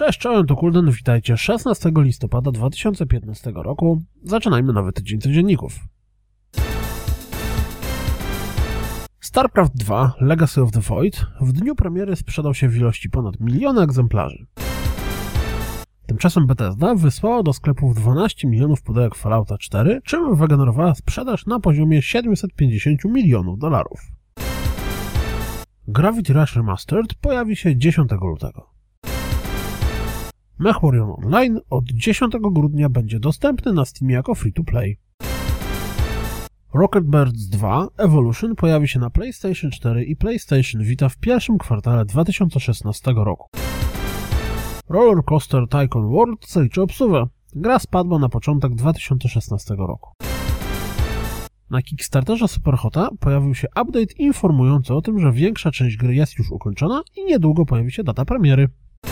Cześć, czołem, to Kulden, witajcie 16 listopada 2015 roku. Zaczynajmy nowy tydzień codzienników. StarCraft 2 Legacy of the Void w dniu premiery sprzedał się w ilości ponad 1 000 000 egzemplarzy. Tymczasem Bethesda wysłała do sklepów 12 milionów pudełek Fallouta 4, czym wygenerowała sprzedaż na poziomie $750 milionów. Gravity Rush Remastered pojawi się 10 lutego. MechWarrior Online od 10 grudnia będzie dostępny na Steamie jako free-to-play. Rocket Birds 2 Evolution pojawi się na PlayStation 4 i PlayStation Vita w pierwszym kwartale 2016 roku. Roller Coaster Tycoon World zaliczy obsługę. Gra spadła na początek 2016 roku. Na Kickstarterze Superhota pojawił się update informujący o tym, że większa część gry jest już ukończona i niedługo pojawi się data premiery.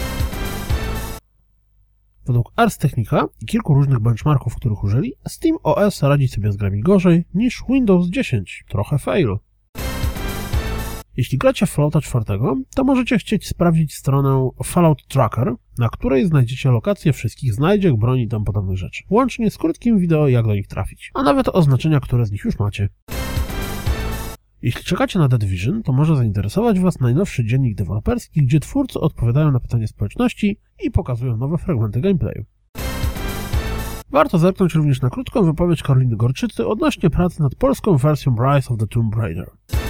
Według Ars Technica i kilku różnych benchmarków, których użyli, Steam OS radzi sobie z grami gorzej niż Windows 10. Trochę fail. Jeśli gracie w Fallouta 4, to możecie chcieć sprawdzić stronę Fallout Tracker, na której znajdziecie lokacje wszystkich znajdziek, broni i tam podobnych rzeczy. Łącznie z krótkim wideo, jak do nich trafić, a nawet oznaczenia, które z nich już macie. Jeśli czekacie na The Division, to może zainteresować Was najnowszy dziennik deweloperski, gdzie twórcy odpowiadają na pytania społeczności i pokazują nowe fragmenty gameplayu. Warto zerknąć również na krótką wypowiedź Karoliny Gorczycy odnośnie pracy nad polską wersją Rise of the Tomb Raider.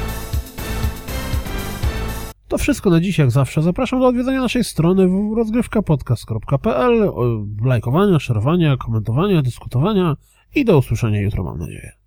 To wszystko na dziś, jak zawsze. Zapraszam do odwiedzenia naszej strony www.rozgrywkapodcast.pl, lajkowania, szerowania, komentowania, dyskutowania i do usłyszenia jutro, mam nadzieję.